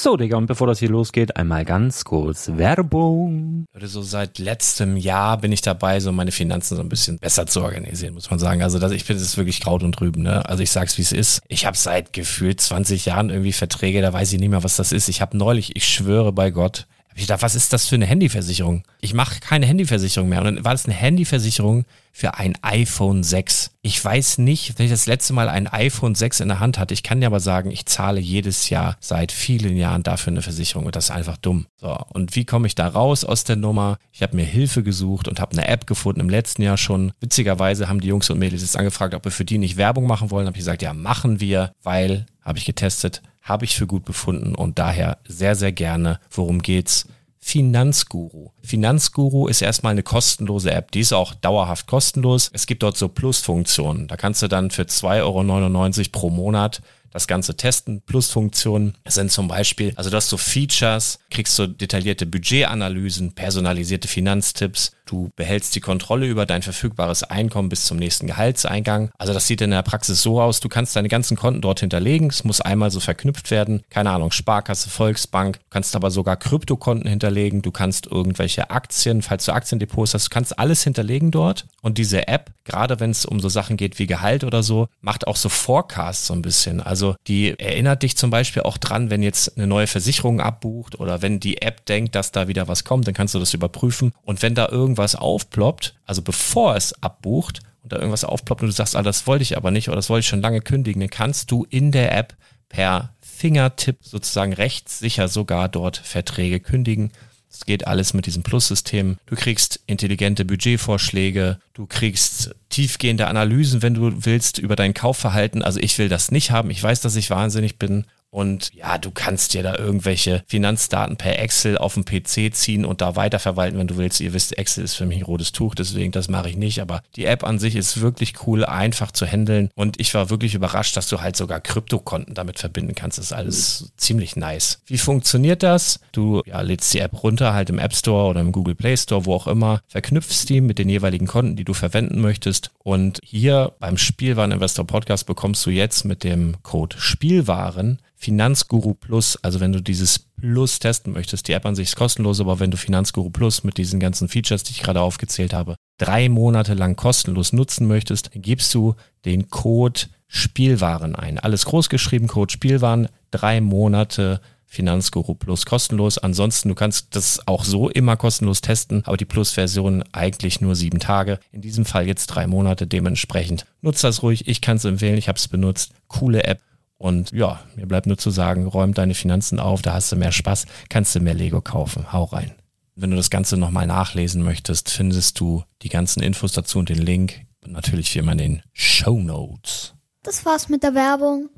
So, Digga, und bevor das hier losgeht, einmal ganz kurz Werbung. So seit letztem Jahr bin ich dabei, so meine Finanzen so ein bisschen besser zu organisieren, muss man sagen. Also ich finde, das ist wirklich Kraut und Rüben, ne? Also ich sag's, wie es ist. Ich habe seit gefühlt 20 Jahren irgendwie Verträge, da weiß ich nicht mehr, was das ist. Ich habe neulich, ich schwöre bei Gott, ich dachte, was ist das für eine Handyversicherung? Ich mache keine Handyversicherung mehr. Und dann war das eine Handyversicherung für ein iPhone 6. Ich weiß nicht, wenn ich das letzte Mal ein iPhone 6 in der Hand hatte. Ich kann dir aber sagen, ich zahle jedes Jahr seit vielen Jahren dafür eine Versicherung. Und das ist einfach dumm. So, und wie komme ich da raus aus der Nummer? Ich habe mir Hilfe gesucht und habe eine App gefunden im letzten Jahr schon. Witzigerweise haben die Jungs und Mädels jetzt angefragt, ob wir für die nicht Werbung machen wollen. Habe ich gesagt, ja, machen wir, weil, habe ich getestet, habe ich für gut befunden und daher sehr, sehr gerne. Worum geht's? Finanzguru. Finanzguru ist erstmal eine kostenlose App. Die ist auch dauerhaft kostenlos. Es gibt dort so Plusfunktionen. Da kannst du dann für 2,99 € pro Monat das Ganze testen. Plusfunktionen sind zum Beispiel, also du hast so Features, kriegst so detaillierte Budgetanalysen, personalisierte Finanztipps, du behältst die Kontrolle über dein verfügbares Einkommen bis zum nächsten Gehaltseingang. Also das sieht in der Praxis so aus, du kannst deine ganzen Konten dort hinterlegen, es muss einmal so verknüpft werden, keine Ahnung, Sparkasse, Volksbank, du kannst aber sogar Kryptokonten hinterlegen, du kannst irgendwelche Aktien, falls du Aktiendepots hast, du kannst alles hinterlegen dort und diese App, gerade wenn es um so Sachen geht wie Gehalt oder so, macht auch so Forecasts so ein bisschen, also die erinnert dich zum Beispiel auch dran, wenn jetzt eine neue Versicherung abbucht oder wenn die App denkt, dass da wieder was kommt, dann kannst du das überprüfen und wenn da irgendwas aufploppt, also bevor es abbucht und da irgendwas aufploppt und du sagst, das wollte ich aber nicht oder das wollte ich schon lange kündigen, dann kannst du in der App per Fingertipp sozusagen rechtssicher sogar dort Verträge kündigen. Das geht alles mit diesem Plus-System. Du kriegst intelligente Budgetvorschläge, du kriegst tiefgehende Analysen, wenn du willst, über dein Kaufverhalten. Also ich will das nicht haben. Ich weiß, dass ich wahnsinnig bin. Und ja, du kannst dir da irgendwelche Finanzdaten per Excel auf dem PC ziehen und da weiterverwalten, wenn du willst. Ihr wisst, Excel ist für mich ein rotes Tuch, deswegen das mache ich nicht. Aber die App an sich ist wirklich cool, einfach zu handeln. Und ich war wirklich überrascht, dass du halt sogar Kryptokonten damit verbinden kannst. Das ist alles ziemlich nice. Wie funktioniert das? Du lädst die App runter, halt im App Store oder im Google Play Store, wo auch immer, verknüpfst die mit den jeweiligen Konten, die du verwenden möchtest. Und hier beim Spielwareninvestor Podcast bekommst du jetzt mit dem Code Spielwaren Finanzguru Plus, also wenn du dieses Plus testen möchtest, die App an sich ist kostenlos, aber wenn du Finanzguru Plus mit diesen ganzen Features, die ich gerade aufgezählt habe, 3 Monate lang kostenlos nutzen möchtest, dann gibst du den Code Spielwaren ein. Alles groß geschrieben, Code Spielwaren, 3 Monate Finanzguru Plus kostenlos. Ansonsten, du kannst das auch so immer kostenlos testen, aber die Plus-Version eigentlich nur 7 Tage. In diesem Fall jetzt 3 Monate, dementsprechend nutzt das ruhig. Ich kann es empfehlen, ich habe es benutzt. Coole App. Und ja, mir bleibt nur zu sagen, räum deine Finanzen auf, da hast du mehr Spaß, kannst du mehr Lego kaufen. Hau rein. Wenn du das Ganze nochmal nachlesen möchtest, findest du die ganzen Infos dazu und den Link. Und natürlich wie immer in den Shownotes. Das war's mit der Werbung.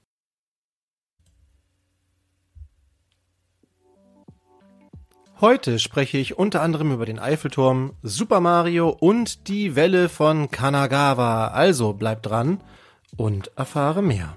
Heute spreche ich unter anderem über den Eiffelturm, Super Mario und die Welle von Kanagawa. Also bleib dran und erfahre mehr.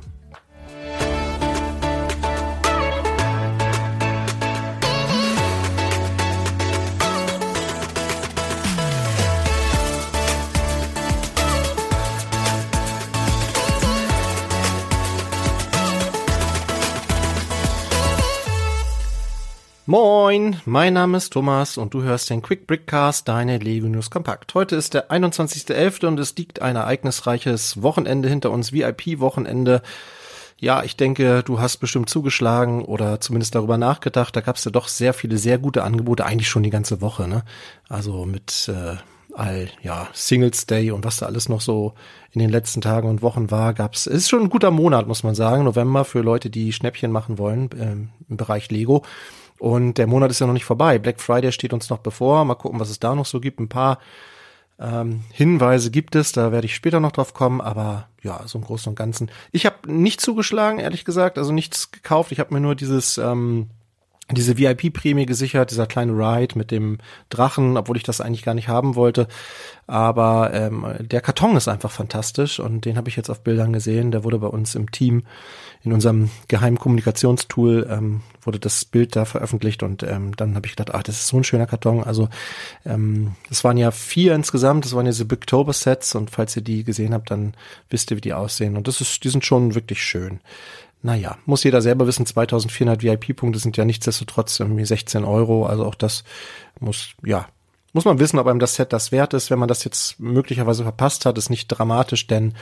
Moin, mein Name ist Thomas und du hörst den Quick Brickcast, deine Lego News Kompakt. Heute ist der 21.11. und es liegt ein ereignisreiches Wochenende hinter uns, VIP-Wochenende. Ja, ich denke, du hast bestimmt zugeschlagen oder zumindest darüber nachgedacht. Da gab es ja doch sehr viele, sehr gute Angebote, eigentlich schon die ganze Woche, ne? Also mit Singles Day und was da alles noch so in den letzten Tagen und Wochen war, es ist schon ein guter Monat, muss man sagen, November für Leute, die Schnäppchen machen wollen im Bereich Lego. Und der Monat ist ja noch nicht vorbei. Black Friday steht uns noch bevor. Mal gucken, was es da noch so gibt. Ein paar Hinweise gibt es. Da werde ich später noch drauf kommen. Aber ja, so im Großen und Ganzen. Ich habe nicht zugeschlagen, ehrlich gesagt. Also nichts gekauft. Ich habe mir nur diese VIP-Prämie gesichert. Dieser kleine Ride mit dem Drachen, obwohl ich das eigentlich gar nicht haben wollte. Aber der Karton ist einfach fantastisch. Und den habe ich jetzt auf Bildern gesehen. Der wurde bei uns im Team in unserem geheimen Kommunikationstool wurde das Bild da veröffentlicht und dann habe ich gedacht, das ist so ein schöner Karton. Also es waren ja 4 insgesamt, das waren ja diese Bigtober-Sets und falls ihr die gesehen habt, dann wisst ihr, wie die aussehen und die sind schon wirklich schön. naja, muss jeder selber wissen, 2400 VIP-Punkte sind ja nichtsdestotrotz irgendwie 16 €, also auch das muss man wissen, ob einem das Set das wert ist. Wenn man das jetzt möglicherweise verpasst hat, ist nicht dramatisch, denn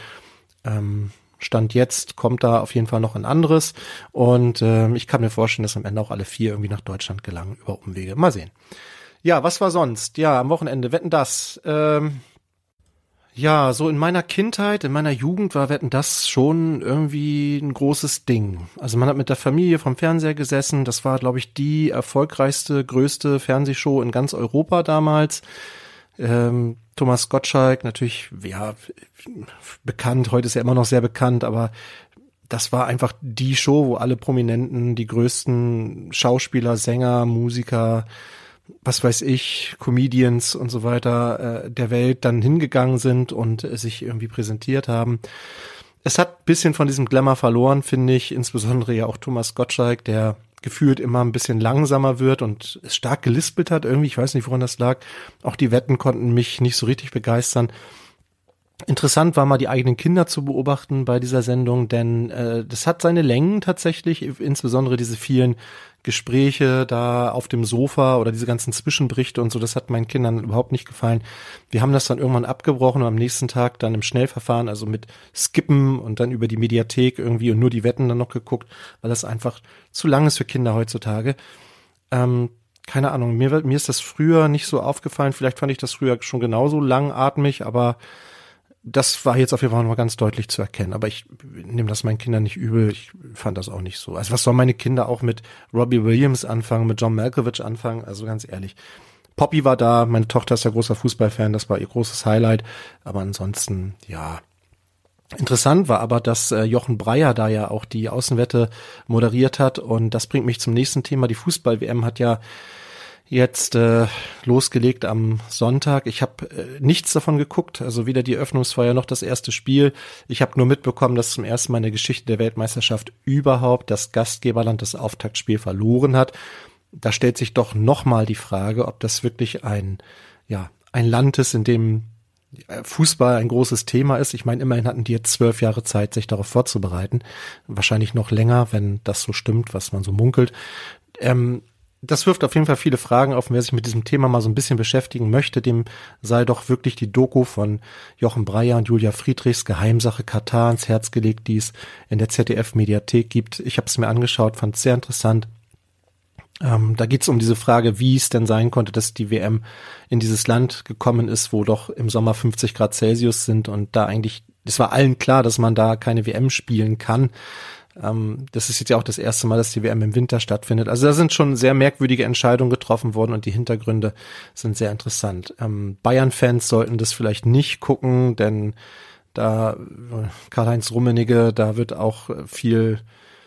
Stand jetzt kommt da auf jeden Fall noch ein anderes und ich kann mir vorstellen, dass am Ende auch alle 4 irgendwie nach Deutschland gelangen über Umwege. Mal sehen. Ja, was war sonst? Ja, am Wochenende, Wetten, dass ja, so in meiner Kindheit, in meiner Jugend war Wetten, dass schon irgendwie ein großes Ding. Also man hat mit der Familie vom Fernseher gesessen. Das war, glaube ich, die erfolgreichste, größte Fernsehshow in ganz Europa damals. Thomas Gottschalk, natürlich, ja, bekannt. Heute ist er immer noch sehr bekannt, aber das war einfach die Show, wo alle Prominenten, die größten Schauspieler, Sänger, Musiker, was weiß ich, Comedians und so weiter der Welt dann hingegangen sind und sich irgendwie präsentiert haben. Es hat ein bisschen von diesem Glamour verloren, finde ich, insbesondere ja auch Thomas Gottschalk, der gefühlt immer ein bisschen langsamer wird und es stark gelispelt hat irgendwie, ich weiß nicht, woran das lag. Auch die Wetten konnten mich nicht so richtig begeistern. Interessant war mal die eigenen Kinder zu beobachten bei dieser Sendung, denn das hat seine Längen tatsächlich, insbesondere diese vielen Gespräche da auf dem Sofa oder diese ganzen Zwischenberichte und so, das hat meinen Kindern überhaupt nicht gefallen. Wir haben das dann irgendwann abgebrochen und am nächsten Tag dann im Schnellverfahren, also mit Skippen und dann über die Mediathek irgendwie und nur die Wetten dann noch geguckt, weil das einfach zu lang ist für Kinder heutzutage. Keine Ahnung, mir ist das früher nicht so aufgefallen, vielleicht fand ich das früher schon genauso langatmig, aber das war jetzt auf jeden Fall noch ganz deutlich zu erkennen. Aber ich nehme das meinen Kindern nicht übel. Ich fand das auch nicht so. Also was sollen meine Kinder auch mit Robbie Williams anfangen, mit John Malkovich anfangen? Also ganz ehrlich. Poppy war da. Meine Tochter ist ja großer Fußballfan. Das war ihr großes Highlight. Aber ansonsten, ja. Interessant war aber, dass Jochen Breyer da ja auch die Außenwette moderiert hat. Und das bringt mich zum nächsten Thema. Die Fußball-WM hat ja jetzt losgelegt am Sonntag. Ich habe nichts davon geguckt, also weder die Eröffnungsfeier noch das erste Spiel. Ich habe nur mitbekommen, dass zum ersten Mal in der Geschichte der Weltmeisterschaft überhaupt das Gastgeberland das Auftaktspiel verloren hat. Da stellt sich doch nochmal die Frage, ob das wirklich ein Land ist, in dem Fußball ein großes Thema ist. Ich meine, immerhin hatten die jetzt 12 Jahre Zeit, sich darauf vorzubereiten. Wahrscheinlich noch länger, wenn das so stimmt, was man so munkelt. Das wirft auf jeden Fall viele Fragen auf. Und wer sich mit diesem Thema mal so ein bisschen beschäftigen möchte, dem sei doch wirklich die Doku von Jochen Breyer und Julia Friedrichs Geheimsache Katar ans Herz gelegt, die es in der ZDF-Mediathek gibt. Ich habe es mir angeschaut, fand es sehr interessant. Da geht es um diese Frage, wie es denn sein konnte, dass die WM in dieses Land gekommen ist, wo doch im Sommer 50 Grad Celsius sind und da eigentlich, es war allen klar, dass man da keine WM spielen kann. Das ist jetzt ja auch das erste Mal, dass die WM im Winter stattfindet. Also da sind schon sehr merkwürdige Entscheidungen getroffen worden und die Hintergründe sind sehr interessant. Bayern-Fans sollten das vielleicht nicht gucken, denn da Karl-Heinz Rummenigge, da wird auch viel,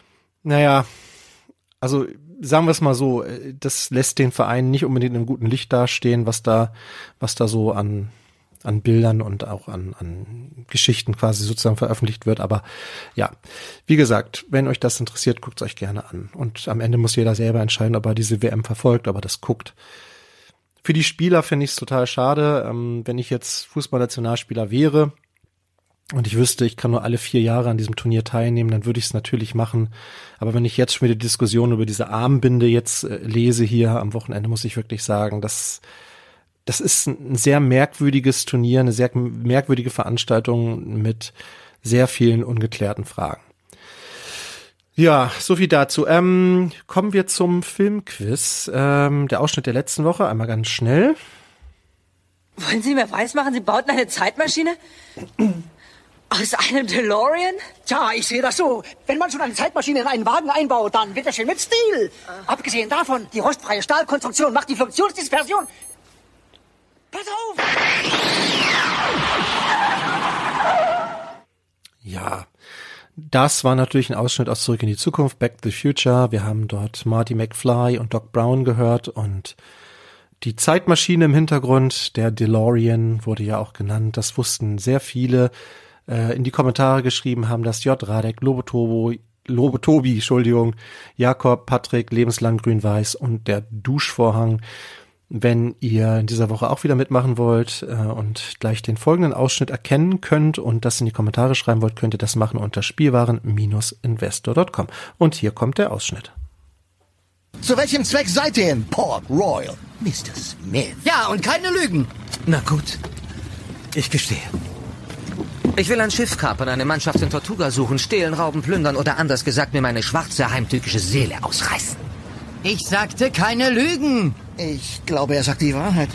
also sagen wir es mal so, das lässt den Verein nicht unbedingt in einem guten Licht dastehen, was da so an Bildern und auch an Geschichten quasi sozusagen veröffentlicht wird. Aber ja, wie gesagt, wenn euch das interessiert, guckt es euch gerne an. Und am Ende muss jeder selber entscheiden, ob er diese WM verfolgt, ob er das guckt. Für die Spieler finde ich es total schade. Wenn ich jetzt Fußballnationalspieler wäre und ich wüsste, ich kann nur alle 4 Jahre an diesem Turnier teilnehmen, dann würde ich es natürlich machen. Aber wenn ich jetzt schon wieder die Diskussion über diese Armbinde jetzt lese hier am Wochenende, muss ich wirklich sagen, das ist ein sehr merkwürdiges Turnier, eine sehr merkwürdige Veranstaltung mit sehr vielen ungeklärten Fragen. Ja, so viel dazu. Kommen wir zum Filmquiz. Der Ausschnitt der letzten Woche, einmal ganz schnell. Wollen Sie mir weismachen, Sie bauten eine Zeitmaschine? Aus einem DeLorean? Tja, ich sehe das so. Wenn man schon eine Zeitmaschine in einen Wagen einbaut, dann wird er schön mit Stil. Abgesehen davon, die rostfreie Stahlkonstruktion macht die Funktionsdispersion. Pass auf! Ja, das war natürlich ein Ausschnitt aus Zurück in die Zukunft, Back to the Future. Wir haben dort Marty McFly und Doc Brown gehört und die Zeitmaschine im Hintergrund, der DeLorean wurde ja auch genannt. Das wussten sehr viele. In die Kommentare geschrieben haben das J. Radek, Lobotobi, Jakob, Patrick, Lebenslang Grün-Weiß und der Duschvorhang. Wenn ihr in dieser Woche auch wieder mitmachen wollt und gleich den folgenden Ausschnitt erkennen könnt und das in die Kommentare schreiben wollt, könnt ihr das machen unter spielwaren-investor.com. Und hier kommt der Ausschnitt. Zu welchem Zweck seid ihr in Port Royal, Mr. Smith? Ja, und keine Lügen. Na gut, ich gestehe. Ich will ein Schiff kapern, eine Mannschaft in Tortuga suchen, stehlen, rauben, plündern oder anders gesagt mir meine schwarze, heimtückische Seele ausreißen. Ich sagte keine Lügen. Ich glaube, er sagt die Wahrheit.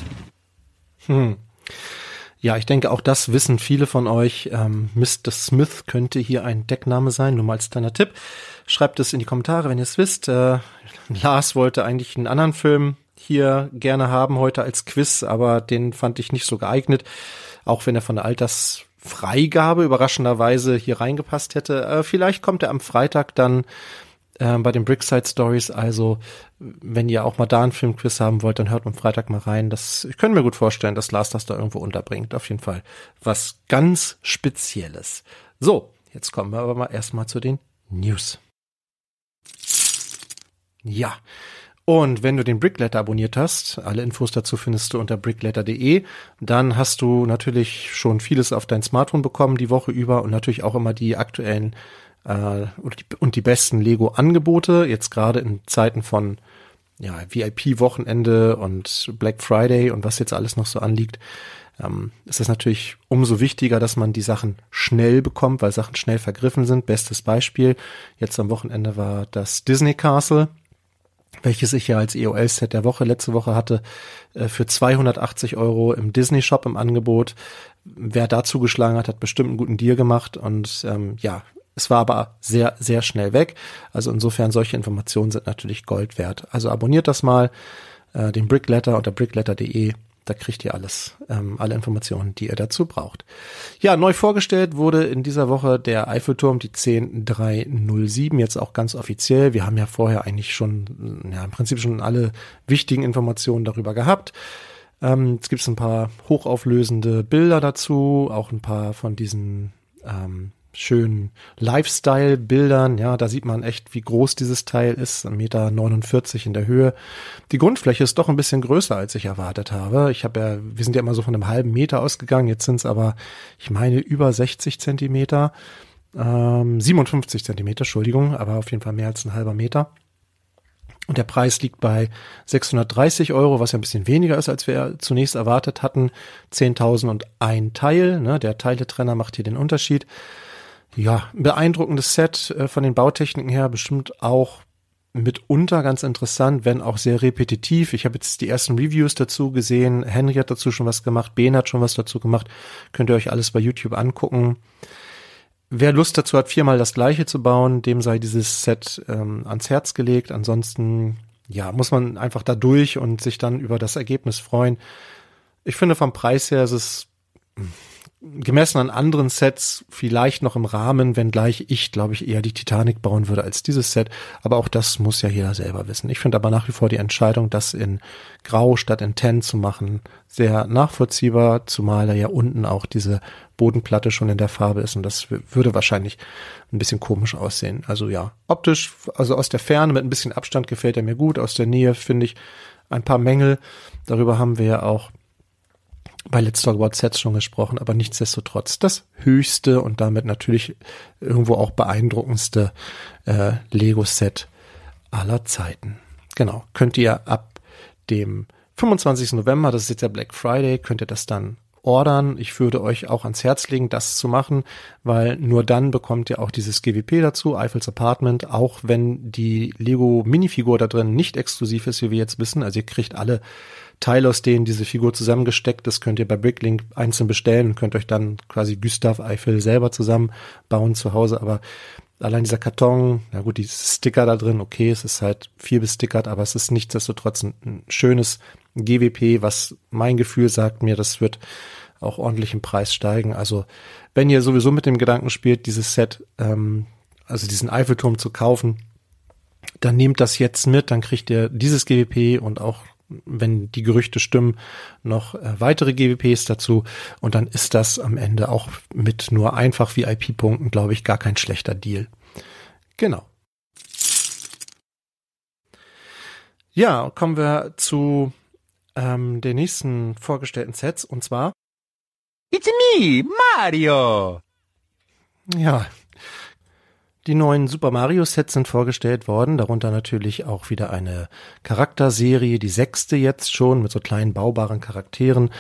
Ja, ich denke, auch das wissen viele von euch. Mr. Smith könnte hier ein Deckname sein, nur mal als kleiner Tipp. Schreibt es in die Kommentare, wenn ihr es wisst. Lars wollte eigentlich einen anderen Film hier gerne haben heute als Quiz, aber den fand ich nicht so geeignet, auch wenn er von der Altersfreigabe überraschenderweise hier reingepasst hätte. Vielleicht kommt er am Freitag dann bei den Brickside Stories, also wenn ihr auch mal da einen Filmquiz haben wollt, dann hört am Freitag mal rein. Ich könnte mir gut vorstellen, dass Lars das da irgendwo unterbringt. Auf jeden Fall was ganz Spezielles. So, jetzt kommen wir aber mal erstmal zu den News. Ja, und wenn du den Brickletter abonniert hast, alle Infos dazu findest du unter brickletter.de, dann hast du natürlich schon vieles auf dein Smartphone bekommen die Woche über und natürlich auch immer die aktuellen und die besten Lego-Angebote, jetzt gerade in Zeiten von VIP-Wochenende und Black Friday und was jetzt alles noch so anliegt, ist es natürlich umso wichtiger, dass man die Sachen schnell bekommt, weil Sachen schnell vergriffen sind. Bestes Beispiel, jetzt am Wochenende war das Disney Castle, welches ich ja als EOL-Set der Woche letzte Woche hatte, für 280 € im Disney-Shop im Angebot. Wer da zugeschlagen hat, hat bestimmt einen guten Deal gemacht und es war aber sehr, sehr schnell weg. Also insofern, solche Informationen sind natürlich Gold wert. Also abonniert das mal, den Brickletter unter brickletter.de. Da kriegt ihr alles, alle Informationen, die ihr dazu braucht. Ja, neu vorgestellt wurde in dieser Woche der Eiffelturm, die 10307, jetzt auch ganz offiziell. Wir haben ja vorher eigentlich schon, im Prinzip schon alle wichtigen Informationen darüber gehabt. Jetzt gibt es ein paar hochauflösende Bilder dazu, auch ein paar von diesen schönen Lifestyle-Bildern. Ja, da sieht man echt, wie groß dieses Teil ist. 1,49 Meter in der Höhe. Die Grundfläche ist doch ein bisschen größer, als ich erwartet habe. Wir sind ja immer so von einem halben Meter ausgegangen. Jetzt sind es aber, ich meine, über 60 Zentimeter. 57 Zentimeter, Entschuldigung, aber auf jeden Fall mehr als ein halber Meter. Und der Preis liegt bei 630 €, was ja ein bisschen weniger ist, als wir zunächst erwartet hatten. 10.001 Teil, ne? Der Teiletrenner macht hier den Unterschied. Ja, ein beeindruckendes Set von den Bautechniken her, bestimmt auch mitunter ganz interessant, wenn auch sehr repetitiv. Ich habe jetzt die ersten Reviews dazu gesehen. Henry hat dazu schon was gemacht, Ben hat schon was dazu gemacht. Könnt ihr euch alles bei YouTube angucken. Wer Lust dazu hat, 4-mal das Gleiche zu bauen, dem sei dieses Set ans Herz gelegt. Ansonsten, muss man einfach da durch und sich dann über das Ergebnis freuen. Ich finde, vom Preis her ist es gemessen an anderen Sets vielleicht noch im Rahmen, wenngleich ich, glaube ich, eher die Titanic bauen würde als dieses Set. Aber auch das muss ja jeder selber wissen. Ich finde aber nach wie vor die Entscheidung, das in Grau statt in Tan zu machen, sehr nachvollziehbar, zumal da ja unten auch diese Bodenplatte schon in der Farbe ist und das würde wahrscheinlich ein bisschen komisch aussehen. Also ja, optisch, also aus der Ferne mit ein bisschen Abstand gefällt er mir gut. Aus der Nähe finde ich ein paar Mängel. Darüber haben wir ja auch bei Let's Talk About Sets schon gesprochen, aber nichtsdestotrotz das höchste und damit natürlich irgendwo auch beeindruckendste Lego-Set aller Zeiten. Genau, könnt ihr ab dem 25. November, das ist jetzt der Black Friday, könnt ihr das dann ordern. Ich würde euch auch ans Herz legen, das zu machen, weil nur dann bekommt ihr auch dieses GWP dazu, Eiffels Apartment, auch wenn die Lego Minifigur da drin nicht exklusiv ist, wie wir jetzt wissen. Also ihr kriegt alle Teile, aus denen diese Figur zusammengesteckt ist, könnt ihr bei Bricklink einzeln bestellen und könnt euch dann quasi Gustav Eiffel selber zusammenbauen zu Hause. Aber allein dieser Karton, na gut, die Sticker da drin, okay, es ist halt viel bestickert, aber es ist nichtsdestotrotz ein schönes GWP, was mein Gefühl sagt mir, das wird auch ordentlich im Preis steigen. Also wenn ihr sowieso mit dem Gedanken spielt, dieses Set, also diesen Eiffelturm zu kaufen, dann nehmt das jetzt mit, dann kriegt ihr dieses GWP und auch, wenn die Gerüchte stimmen, noch weitere GWPs dazu und dann ist das am Ende auch mit nur einfach VIP-Punkten, glaube ich, gar kein schlechter Deal. Genau. Ja, kommen wir zu der nächsten vorgestellten Sets, und zwar It's me, Mario! Ja, die neuen Super Mario Sets sind vorgestellt worden, darunter natürlich auch wieder eine Charakterserie, die 6. jetzt schon, mit so kleinen baubaren Charakteren.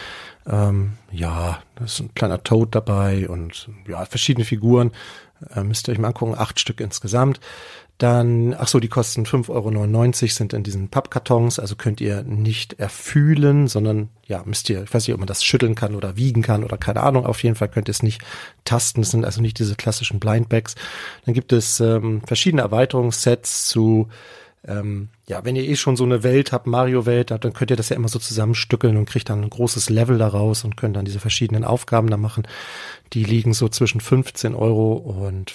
Ja, da ist ein kleiner Toad dabei und ja, verschiedene Figuren. Müsst ihr euch mal angucken, 8 Stück insgesamt. Dann, die kosten 5,99 €, sind in diesen Pappkartons, also könnt ihr nicht erfühlen, sondern ja, müsst ihr, ich weiß nicht, ob man das schütteln kann oder wiegen kann oder keine Ahnung, auf jeden Fall könnt ihr es nicht tasten, es sind also nicht diese klassischen Blindbags. Dann gibt es verschiedene Erweiterungssets zu, wenn ihr schon so eine Welt habt, Mario-Welt habt, dann könnt ihr das ja immer so zusammenstückeln und kriegt dann ein großes Level daraus und könnt dann diese verschiedenen Aufgaben da machen. Die liegen so zwischen 15 € und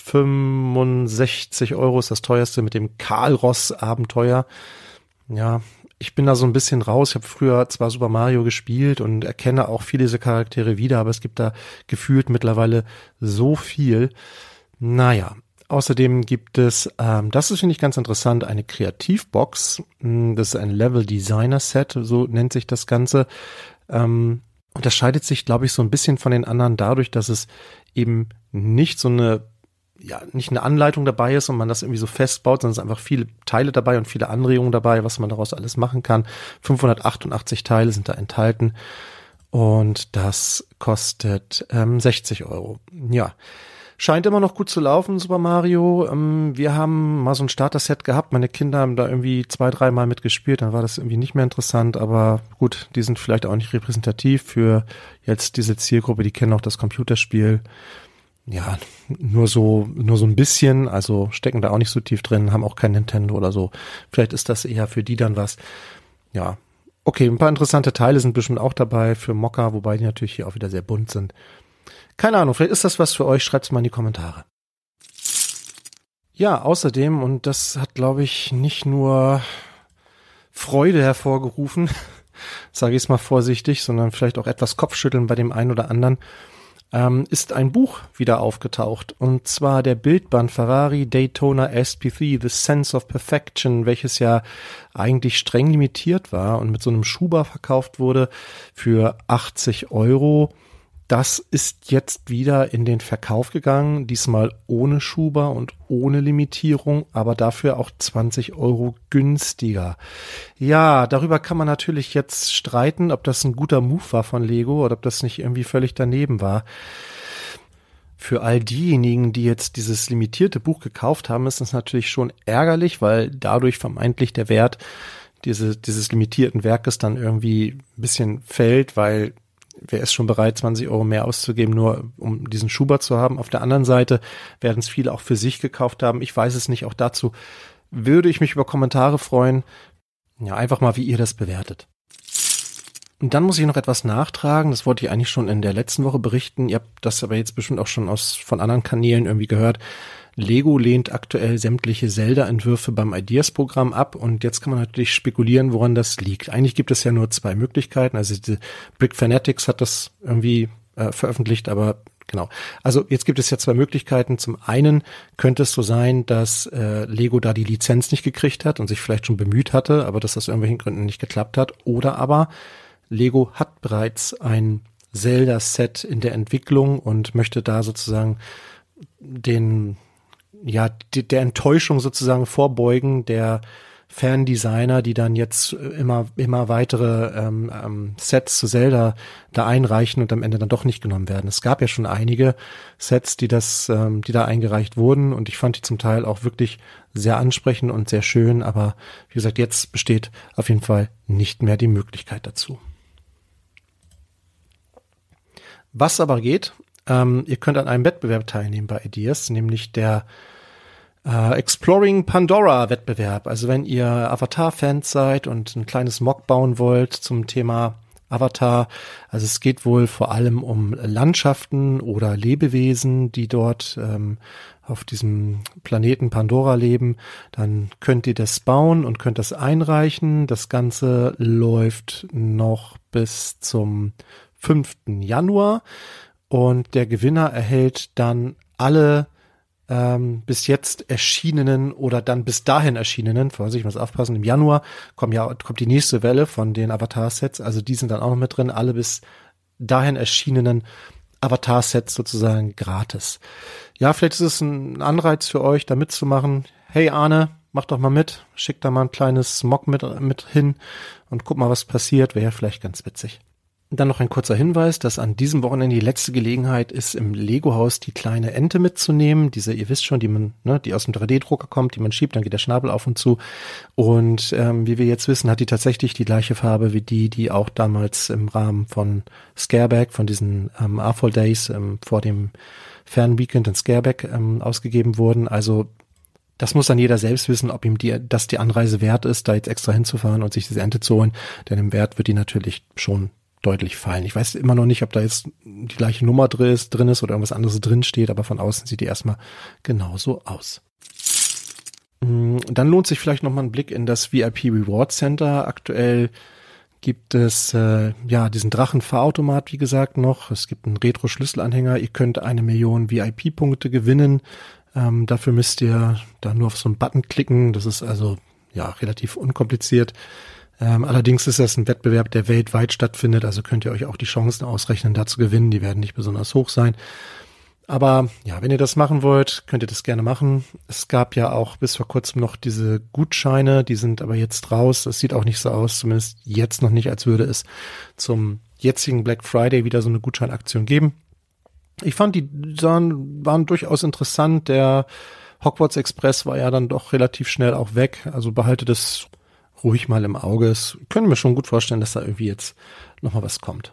65 € ist das teuerste mit dem Karl-Ross-Abenteuer. Ja, ich bin da so ein bisschen raus. Ich habe früher zwar Super Mario gespielt und erkenne auch viele dieser Charaktere wieder, aber es gibt da gefühlt mittlerweile so viel. Naja, außerdem gibt es, das ist, finde ich, ganz interessant, eine Kreativbox. Das ist ein Level-Designer-Set, so nennt sich das Ganze. Unterscheidet sich, glaube ich, so ein bisschen von den anderen dadurch, dass es eben nicht eine Anleitung dabei ist und man das irgendwie so festbaut, sondern es sind einfach viele Teile dabei und viele Anregungen dabei, was man daraus alles machen kann. 588 Teile sind da enthalten und das kostet 60 €. Ja. Scheint immer noch gut zu laufen, Super Mario. Wir haben mal so ein Starter-Set gehabt. Meine Kinder haben da irgendwie 2-3 Mal mitgespielt. Dann war das irgendwie nicht mehr interessant. Aber gut, die sind vielleicht auch nicht repräsentativ für jetzt diese Zielgruppe. Die kennen auch das Computerspiel. Ja, nur so ein bisschen. Also stecken da auch nicht so tief drin, haben auch kein Nintendo oder so. Vielleicht ist das eher für die dann was. Ja, okay, ein paar interessante Teile sind bestimmt auch dabei für Mokka, wobei die natürlich hier auch wieder sehr bunt sind. Keine Ahnung, vielleicht ist das was für euch, schreibt's mal in die Kommentare. Ja, außerdem, und das hat, glaube ich, nicht nur Freude hervorgerufen, sage ich es mal vorsichtig, sondern vielleicht auch etwas Kopfschütteln bei dem einen oder anderen, ist ein Buch wieder aufgetaucht. Und zwar der Bildband Ferrari Daytona SP3, The Sense of Perfection, welches ja eigentlich streng limitiert war und mit so einem Schuber verkauft wurde für 80 €. Das ist jetzt wieder in den Verkauf gegangen, diesmal ohne Schuber und ohne Limitierung, aber dafür auch 20 € günstiger. Ja, darüber kann man natürlich jetzt streiten, ob das ein guter Move war von Lego oder ob das nicht irgendwie völlig daneben war. Für all diejenigen, die jetzt dieses limitierte Buch gekauft haben, ist es natürlich schon ärgerlich, weil dadurch vermeintlich der Wert dieses limitierten Werkes dann irgendwie ein bisschen fällt, weil wer ist schon bereit, 20 € mehr auszugeben, nur um diesen Schuber zu haben. Auf der anderen Seite werden es viele auch für sich gekauft haben. Ich weiß es nicht. Auch dazu würde ich mich über Kommentare freuen. Ja, einfach mal, wie ihr das bewertet. Und dann muss ich noch etwas nachtragen. Das wollte ich eigentlich schon in der letzten Woche berichten. Ihr habt das aber jetzt bestimmt auch schon von anderen Kanälen irgendwie gehört. Lego lehnt aktuell sämtliche Zelda-Entwürfe beim Ideas-Programm ab und jetzt kann man natürlich spekulieren, woran das liegt. Eigentlich gibt es ja nur 2 Möglichkeiten. Also die Brick Fanatics hat das irgendwie veröffentlicht, aber genau. Also jetzt gibt es ja 2 Möglichkeiten. Zum einen könnte es so sein, dass Lego da die Lizenz nicht gekriegt hat und sich vielleicht schon bemüht hatte, aber dass das aus irgendwelchen Gründen nicht geklappt hat. Oder aber Lego hat bereits ein Zelda-Set in der Entwicklung und möchte da sozusagen der Enttäuschung sozusagen vorbeugen der Fan-Designer, die dann jetzt immer weitere Sets zu Zelda da einreichen und am Ende dann doch nicht genommen werden. Es gab ja schon einige Sets, die da eingereicht wurden und ich fand die zum Teil auch wirklich sehr ansprechend und sehr schön, aber wie gesagt, jetzt besteht auf jeden Fall nicht mehr die Möglichkeit dazu. Was aber geht, ihr könnt an einem Wettbewerb teilnehmen bei Ideas, nämlich der Exploring Pandora Wettbewerb. Also wenn ihr Avatar-Fans seid und ein kleines Mock bauen wollt zum Thema Avatar, also es geht wohl vor allem um Landschaften oder Lebewesen, die dort auf diesem Planeten Pandora leben, dann könnt ihr das bauen und könnt das einreichen. Das Ganze läuft noch bis zum 5. Januar und der Gewinner erhält dann alle bis jetzt erschienenen oder dann bis dahin erschienenen, Vorsicht, ich muss aufpassen, im Januar kommt die nächste Welle von den Avatar-Sets, also die sind dann auch noch mit drin, alle bis dahin erschienenen Avatar-Sets sozusagen gratis. Ja, vielleicht ist es ein Anreiz für euch, da mitzumachen. Hey Arne, mach doch mal mit, schick da mal ein kleines Mock mit hin und guck mal, was passiert, wäre vielleicht ganz witzig. Dann noch ein kurzer Hinweis, dass an diesem Wochenende die letzte Gelegenheit ist, im Lego-Haus die kleine Ente mitzunehmen. Diese, ihr wisst schon, die aus dem 3D-Drucker kommt, die man schiebt, dann geht der Schnabel auf und zu. Und wie wir jetzt wissen, hat die tatsächlich die gleiche Farbe wie die auch damals im Rahmen von Scareback, von diesen Artful Days vor dem Fernweekend in Scareback ausgegeben wurden. Also das muss dann jeder selbst wissen, ob ihm das die Anreise wert ist, da jetzt extra hinzufahren und sich diese Ente zu holen. Denn im Wert wird die natürlich schon deutlich fallen. Ich weiß immer noch nicht, ob da jetzt die gleiche Nummer drin ist oder irgendwas anderes drin steht, aber von außen sieht die erstmal genauso aus. Dann lohnt sich vielleicht noch mal ein Blick in das VIP Reward Center. Aktuell gibt es diesen Drachen-Fahrautomat, wie gesagt, noch. Es gibt einen Retro-Schlüsselanhänger. Ihr könnt 1 Million VIP-Punkte gewinnen. Dafür müsst ihr da nur auf so einen Button klicken. Das ist also relativ unkompliziert. Allerdings ist das ein Wettbewerb, der weltweit stattfindet, also könnt ihr euch auch die Chancen ausrechnen, da zu gewinnen. Die werden nicht besonders hoch sein. Aber ja, wenn ihr das machen wollt, könnt ihr das gerne machen. Es gab ja auch bis vor kurzem noch diese Gutscheine, die sind aber jetzt raus. Es sieht auch nicht so aus, zumindest jetzt noch nicht, als würde es zum jetzigen Black Friday wieder so eine Gutscheinaktion geben. Ich fand, die waren durchaus interessant. Der Hogwarts Express war ja dann doch relativ schnell auch weg. Also behaltet es ruhig mal im Auge. Es können mir schon gut vorstellen, dass da irgendwie jetzt nochmal was kommt.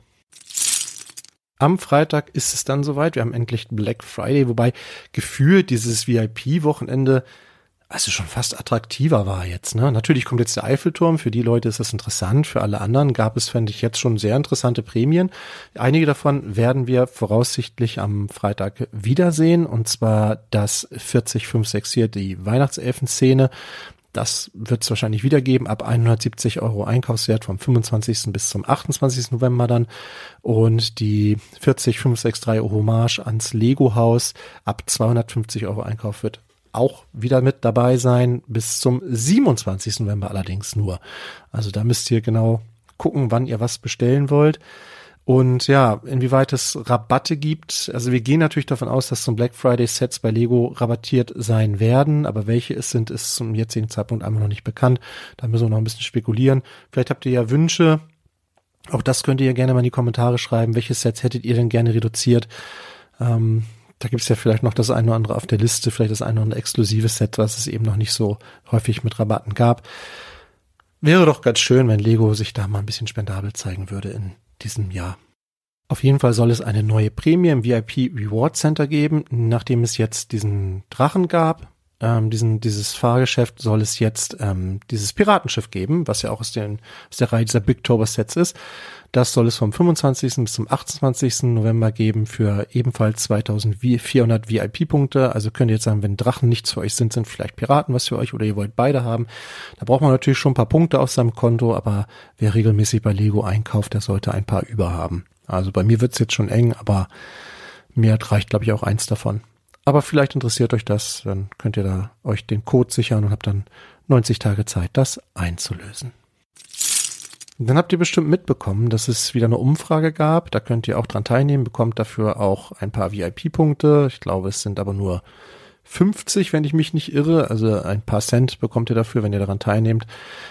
Am Freitag ist es dann soweit. Wir haben endlich Black Friday, wobei gefühlt dieses VIP-Wochenende also schon fast attraktiver war jetzt. Ne? Natürlich kommt jetzt der Eiffelturm. Für die Leute ist das interessant. Für alle anderen gab es, fände ich, jetzt schon sehr interessante Prämien. Einige davon werden wir voraussichtlich am Freitag wiedersehen. Und zwar das 40564, die Weihnachtselfen-Szene. Das wird es wahrscheinlich wieder geben, ab 170 € Einkaufswert vom 25. bis zum 28. November dann. Und die 40563 Hommage ans Lego-Haus ab 250 € Einkauf wird auch wieder mit dabei sein, bis zum 27. November allerdings nur. Also da müsst ihr genau gucken, wann ihr was bestellen wollt. Und ja, inwieweit es Rabatte gibt. Also wir gehen natürlich davon aus, dass zum Black Friday Sets bei Lego rabattiert sein werden. Aber welche es sind, ist zum jetzigen Zeitpunkt einfach noch nicht bekannt. Da müssen wir noch ein bisschen spekulieren. Vielleicht habt ihr ja Wünsche. Auch das könnt ihr gerne mal in die Kommentare schreiben. Welche Sets hättet ihr denn gerne reduziert? Da gibt es ja vielleicht noch das eine oder andere auf der Liste. Vielleicht das eine oder andere exklusive Set, was es eben noch nicht so häufig mit Rabatten gab. Wäre doch ganz schön, wenn Lego sich da mal ein bisschen spendabel zeigen würde in diesem Jahr. Auf jeden Fall soll es eine neue Prämie im VIP Reward Center geben. Nachdem es jetzt diesen Drachen gab, dieses Fahrgeschäft, soll es jetzt dieses Piratenschiff geben, was ja auch aus der Reihe dieser Bigtober Sets ist. Das soll es vom 25. bis zum 28. November geben für ebenfalls 2400 VIP-Punkte. Also könnt ihr jetzt sagen, wenn Drachen nichts für euch sind vielleicht Piraten was für euch oder ihr wollt beide haben. Da braucht man natürlich schon ein paar Punkte auf seinem Konto, aber wer regelmäßig bei Lego einkauft, der sollte ein paar über haben. Also bei mir wird's jetzt schon eng, aber mir reicht, glaube ich, auch eins davon. Aber vielleicht interessiert euch das, dann könnt ihr da euch den Code sichern und habt dann 90 Tage Zeit, das einzulösen. Dann habt ihr bestimmt mitbekommen, dass es wieder eine Umfrage gab. Da könnt ihr auch dran teilnehmen, bekommt dafür auch ein paar VIP-Punkte. Ich glaube, es sind aber nur 50, wenn ich mich nicht irre. Also ein paar Cent bekommt ihr dafür, wenn ihr daran teilnehmt.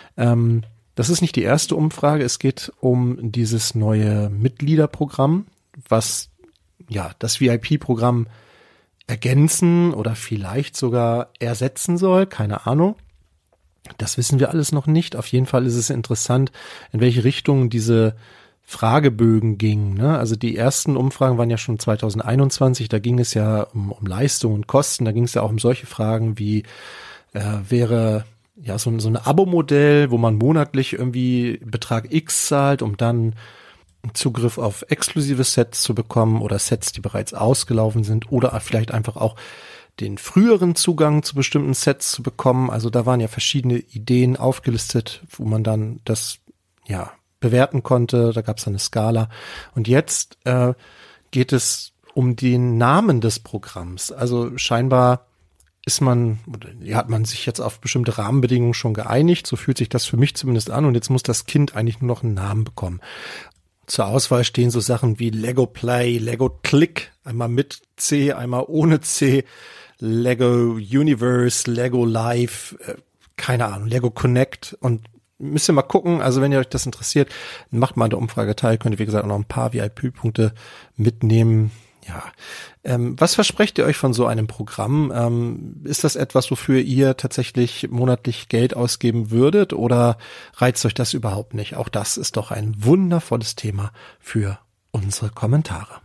Das ist nicht die erste Umfrage. Es geht um dieses neue Mitgliederprogramm, was ja das VIP-Programm ergänzen oder vielleicht sogar ersetzen soll. Keine Ahnung. Das wissen wir alles noch nicht. Auf jeden Fall ist es interessant, in welche Richtung diese Fragebögen gingen. Ne? Also die ersten Umfragen waren ja schon 2021. Da ging es ja um Leistung und Kosten. Da ging es ja auch um solche Fragen wie wäre ja so ein Abo-Modell, wo man monatlich irgendwie Betrag X zahlt, um dann Zugriff auf exklusive Sets zu bekommen oder Sets, die bereits ausgelaufen sind oder vielleicht einfach auch den früheren Zugang zu bestimmten Sets zu bekommen. Also da waren ja verschiedene Ideen aufgelistet, wo man dann das ja bewerten konnte. Da gab es eine Skala. Und jetzt geht es um den Namen des Programms. Also scheinbar hat man sich jetzt auf bestimmte Rahmenbedingungen schon geeinigt. So fühlt sich das für mich zumindest an. Und jetzt muss das Kind eigentlich nur noch einen Namen bekommen. Zur Auswahl stehen so Sachen wie Lego Play, Lego Click, einmal mit C, einmal ohne C, Lego Universe, Lego Live, keine Ahnung, Lego Connect. Und müsst ihr mal gucken. Also wenn ihr euch das interessiert, macht mal an der Umfrage teil. Könnt ihr, wie gesagt, auch noch ein paar VIP-Punkte mitnehmen. Ja, was versprecht ihr euch von so einem Programm? Ist das etwas, wofür ihr tatsächlich monatlich Geld ausgeben würdet oder reizt euch das überhaupt nicht? Auch das ist doch ein wundervolles Thema für unsere Kommentare.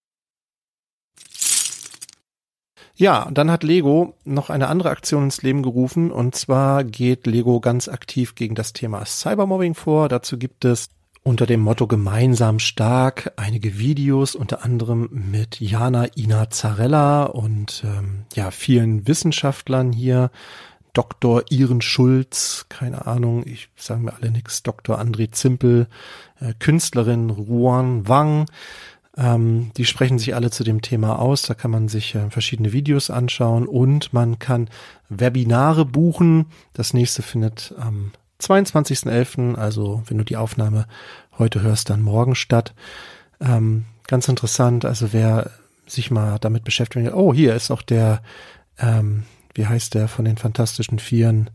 Ja, und dann hat Lego noch eine andere Aktion ins Leben gerufen und zwar geht Lego ganz aktiv gegen das Thema Cybermobbing vor. Dazu gibt es unter dem Motto Gemeinsam stark einige Videos, unter anderem mit Jana Ina Zarella und vielen Wissenschaftlern hier. Dr. Iren Schulz, keine Ahnung, ich sage mir alle nix, Dr. André Zimpel, Künstlerin Ruan Wang. Die sprechen sich alle zu dem Thema aus. Da kann man sich verschiedene Videos anschauen und man kann Webinare buchen. Das nächste findet am 22.11., also wenn du die Aufnahme heute hörst, dann morgen statt. Ganz interessant, also wer sich mal damit beschäftigt, oh, hier ist auch der, wie heißt der von den Fantastischen Vieren?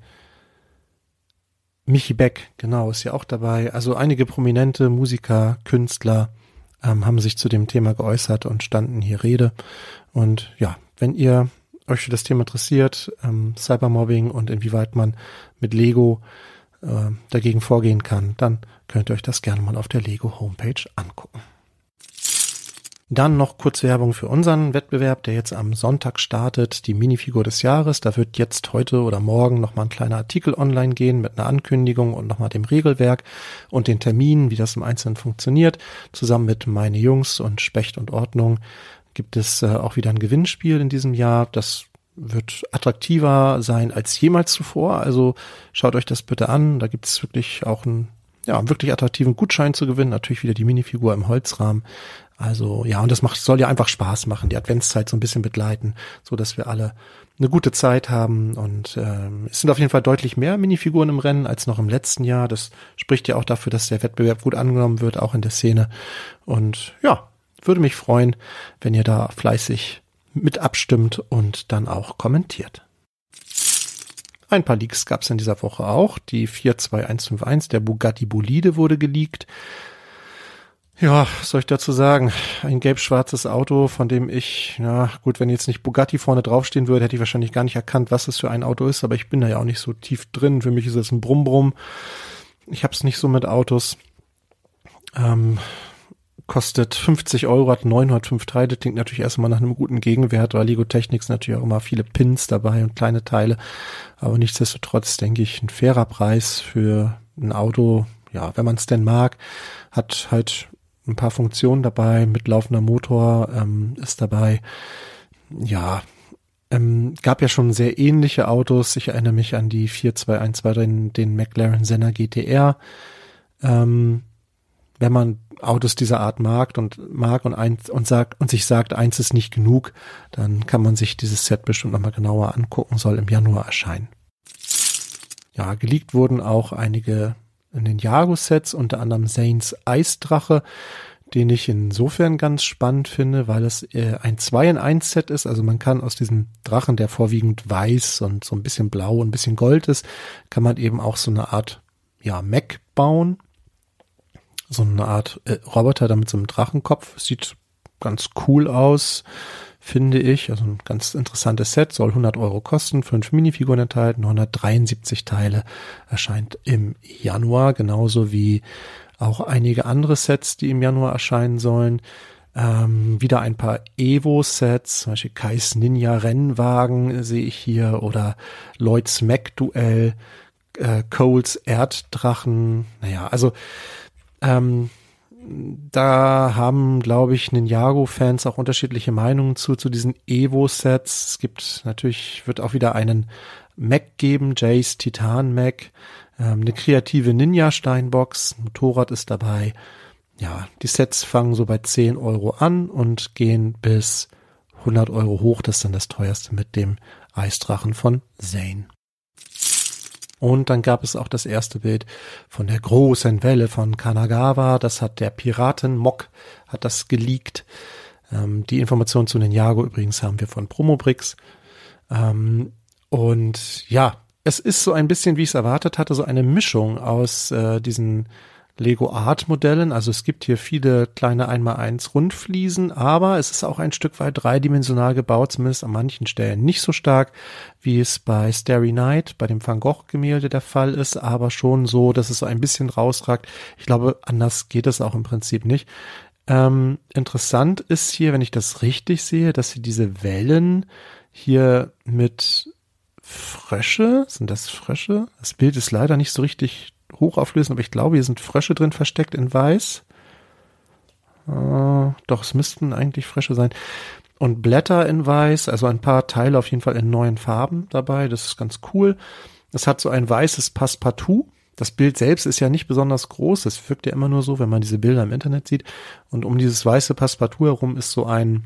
Michi Beck, genau, ist ja auch dabei. Also einige prominente Musiker, Künstler haben sich zu dem Thema geäußert und standen hier Rede. Und ja, wenn ihr euch für das Thema interessiert, Cybermobbing und inwieweit man mit Lego dagegen vorgehen kann, dann könnt ihr euch das gerne mal auf der Lego Homepage angucken. Dann noch kurz Werbung für unseren Wettbewerb, der jetzt am Sonntag startet, die Minifigur des Jahres. Da wird jetzt heute oder morgen nochmal ein kleiner Artikel online gehen mit einer Ankündigung und nochmal dem Regelwerk und den Terminen, wie das im Einzelnen funktioniert. Zusammen mit Meine Jungs und Specht und Ordnung gibt es auch wieder ein Gewinnspiel in diesem Jahr. Das wird attraktiver sein als jemals zuvor. Also schaut euch das bitte an. Da gibt es wirklich auch einen wirklich attraktiven Gutschein zu gewinnen. Natürlich wieder die Minifigur im Holzrahmen. Also ja, und das soll ja einfach Spaß machen, die Adventszeit so ein bisschen begleiten, so dass wir alle eine gute Zeit haben. Und es sind auf jeden Fall deutlich mehr Minifiguren im Rennen als noch im letzten Jahr. Das spricht ja auch dafür, dass der Wettbewerb gut angenommen wird, auch in der Szene. Und ja, würde mich freuen, wenn ihr da fleißig mit abstimmt und dann auch kommentiert. Ein paar Leaks gab es in dieser Woche auch. Die 42151, der Bugatti Bolide, wurde geleakt. Ja, was soll ich dazu sagen? Ein gelb-schwarzes Auto, von dem ich, wenn jetzt nicht Bugatti vorne draufstehen würde, hätte ich wahrscheinlich gar nicht erkannt, was es für ein Auto ist, aber ich bin da ja auch nicht so tief drin. Für mich ist es ein Brumm-Brumm. Ich hab's nicht so mit Autos. Kostet 50 €, hat 905 Teile, klingt natürlich erstmal nach einem guten Gegenwert, weil Lego Technics natürlich auch immer viele Pins dabei und kleine Teile, aber nichtsdestotrotz denke ich, ein fairer Preis für ein Auto, ja, wenn man es denn mag, hat halt ein paar Funktionen dabei, mitlaufender Motor ist dabei, ja, gab ja schon sehr ähnliche Autos, ich erinnere mich an die 4212, den McLaren Senna GTR, wenn man Autos dieser Art mag und sich sagt, eins ist nicht genug, dann kann man sich dieses Set bestimmt nochmal genauer angucken, soll im Januar erscheinen. Ja, geleakt wurden auch einige Ninjago-Sets, unter anderem Zanes Eisdrache, den ich insofern ganz spannend finde, weil es ein 2-in-1-Set ist, also man kann aus diesem Drachen, der vorwiegend weiß und so ein bisschen blau und ein bisschen gold ist, kann man eben auch so eine Art, Mech bauen. So eine Art Roboter da mit so einem Drachenkopf. Sieht ganz cool aus, finde ich. Also ein ganz interessantes Set, soll 100 € kosten, 5 Minifiguren enthalten, 173 Teile, erscheint im Januar, genauso wie auch einige andere Sets, die im Januar erscheinen sollen. Wieder ein paar Evo-Sets, zum Beispiel Kais Ninja-Rennwagen sehe ich hier oder Lloyds Mech-Duell, Coles Erddrachen, da haben, glaube ich, Ninjago-Fans auch unterschiedliche Meinungen zu diesen Evo-Sets. Wird auch wieder einen Mech geben, Jace Titan Mech, eine kreative Ninja-Steinbox, Motorrad ist dabei. Ja, die Sets fangen so bei 10 € an und gehen bis 100 Euro hoch. Das ist dann das teuerste mit dem Eisdrachen von Zane. Und dann gab es auch das erste Bild von der großen Welle von Kanagawa. Das hat der Piraten-Mock, hat das geleakt. Die Informationen zu Ninjago übrigens haben wir von Promobrix. Und ja, es ist so ein bisschen, wie ich es erwartet hatte, so eine Mischung aus diesen Lego-Art-Modellen. Also es gibt hier viele kleine 1x1 Rundfliesen, aber es ist auch ein Stück weit dreidimensional gebaut, zumindest an manchen Stellen. Nicht so stark, wie es bei Starry Night, bei dem Van Gogh-Gemälde der Fall ist, aber schon so, dass es so ein bisschen rausragt. Ich glaube, anders geht es auch im Prinzip nicht. Interessant ist hier, wenn ich das richtig sehe, dass sie diese Wellen hier mit Frösche, sind das Frösche? Das Bild ist leider nicht so richtig hochauflösend, aber ich glaube, hier sind Frösche drin versteckt in weiß. Doch, es müssten eigentlich Frösche sein. Und Blätter in weiß, also ein paar Teile auf jeden Fall in neuen Farben dabei. Das ist ganz cool. Es hat so ein weißes Passepartout. Das Bild selbst ist ja nicht besonders groß. Das wirkt ja immer nur so, wenn man diese Bilder im Internet sieht. Und um dieses weiße Passepartout herum ist so ein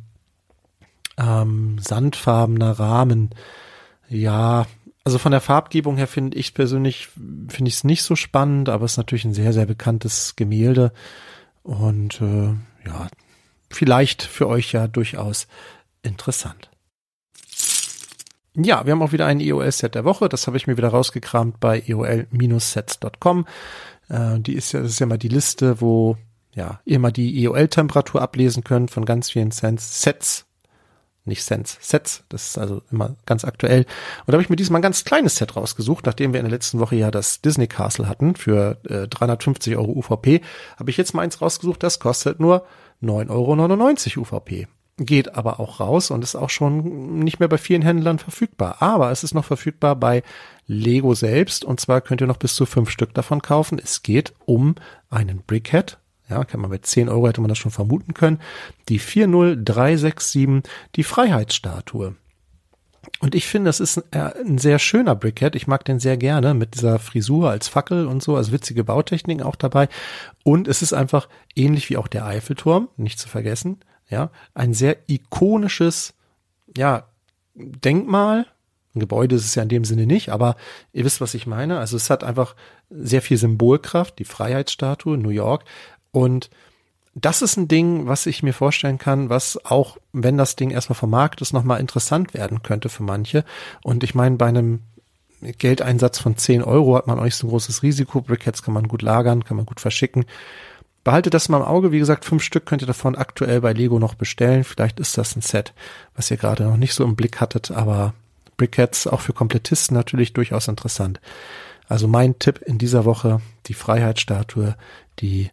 sandfarbener Rahmen. Ja, also von der Farbgebung her finde ich es nicht so spannend, aber es ist natürlich ein sehr, sehr bekanntes Gemälde und ja, vielleicht für euch ja durchaus interessant. Ja, wir haben auch wieder ein EOL-Set der Woche, das habe ich mir wieder rausgekramt bei eol-sets.com. Das ist ja mal die Liste, wo ja ihr mal die EOL-Temperatur ablesen könnt von ganz vielen Sets. Sets, das ist also immer ganz aktuell. Und da habe ich mir diesmal ein ganz kleines Set rausgesucht, nachdem wir in der letzten Woche ja das Disney Castle hatten für 350 Euro UVP, habe ich jetzt mal eins rausgesucht, das kostet nur 9,99 Euro UVP. Geht aber auch raus und ist auch schon nicht mehr bei vielen Händlern verfügbar. Aber es ist noch verfügbar bei Lego selbst und zwar könnt ihr noch bis zu 5 Stück davon kaufen. Es geht um einen Brickhead. Ja, kann man bei 10 Euro hätte man das schon vermuten können. Die 40367, die Freiheitsstatue. Und ich finde, das ist ein sehr schöner Brickhead. Ich mag den sehr gerne mit dieser Frisur als Fackel und so, also witzige Bautechniken auch dabei. Und es ist einfach ähnlich wie auch der Eiffelturm, nicht zu vergessen. Ja, ein sehr ikonisches, ja, Denkmal. Ein Gebäude ist es ja in dem Sinne nicht, aber ihr wisst, was ich meine. Also es hat einfach sehr viel Symbolkraft, die Freiheitsstatue in New York. Und das ist ein Ding, was ich mir vorstellen kann, was auch, wenn das Ding erstmal vom Markt ist, nochmal interessant werden könnte für manche. Und ich meine, bei einem Geldeinsatz von 10 Euro hat man auch nicht so ein großes Risiko. Brickheads kann man gut lagern, kann man gut verschicken. Behaltet das mal im Auge. Wie gesagt, 5 Stück könnt ihr davon aktuell bei Lego noch bestellen. Vielleicht ist das ein Set, was ihr gerade noch nicht so im Blick hattet, aber Brickheads auch für Komplettisten natürlich durchaus interessant. Also mein Tipp in dieser Woche, die Freiheitsstatue, die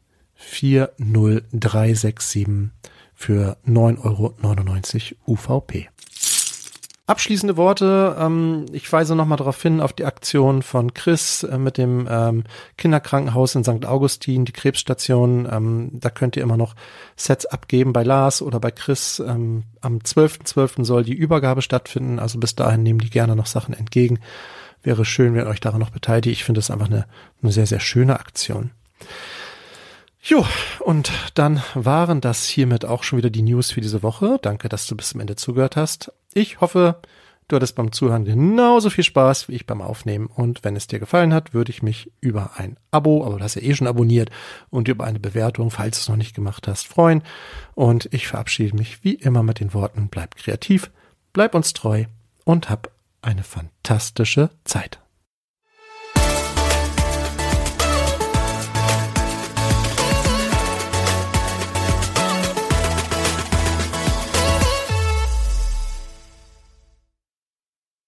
40367 für 9,99 Euro UVP. Abschließende Worte. Ich weise nochmal darauf hin, auf die Aktion von Chris mit dem Kinderkrankenhaus in St. Augustin, die Krebsstation. Da könnt ihr immer noch Sets abgeben bei Lars oder bei Chris. Am 12.12. soll die Übergabe stattfinden. Also bis dahin nehmen die gerne noch Sachen entgegen. Wäre schön, wenn ihr euch daran noch beteiligt. Ich finde das einfach eine sehr, sehr schöne Aktion. Jo, und dann waren das hiermit auch schon wieder die News für diese Woche. Danke, dass du bis zum Ende zugehört hast. Ich hoffe, du hattest beim Zuhören genauso viel Spaß wie ich beim Aufnehmen. Und wenn es dir gefallen hat, würde ich mich über ein Abo, aber du hast ja eh schon abonniert, und über eine Bewertung, falls du es noch nicht gemacht hast, freuen. Und ich verabschiede mich wie immer mit den Worten, bleib kreativ, bleib uns treu und hab eine fantastische Zeit.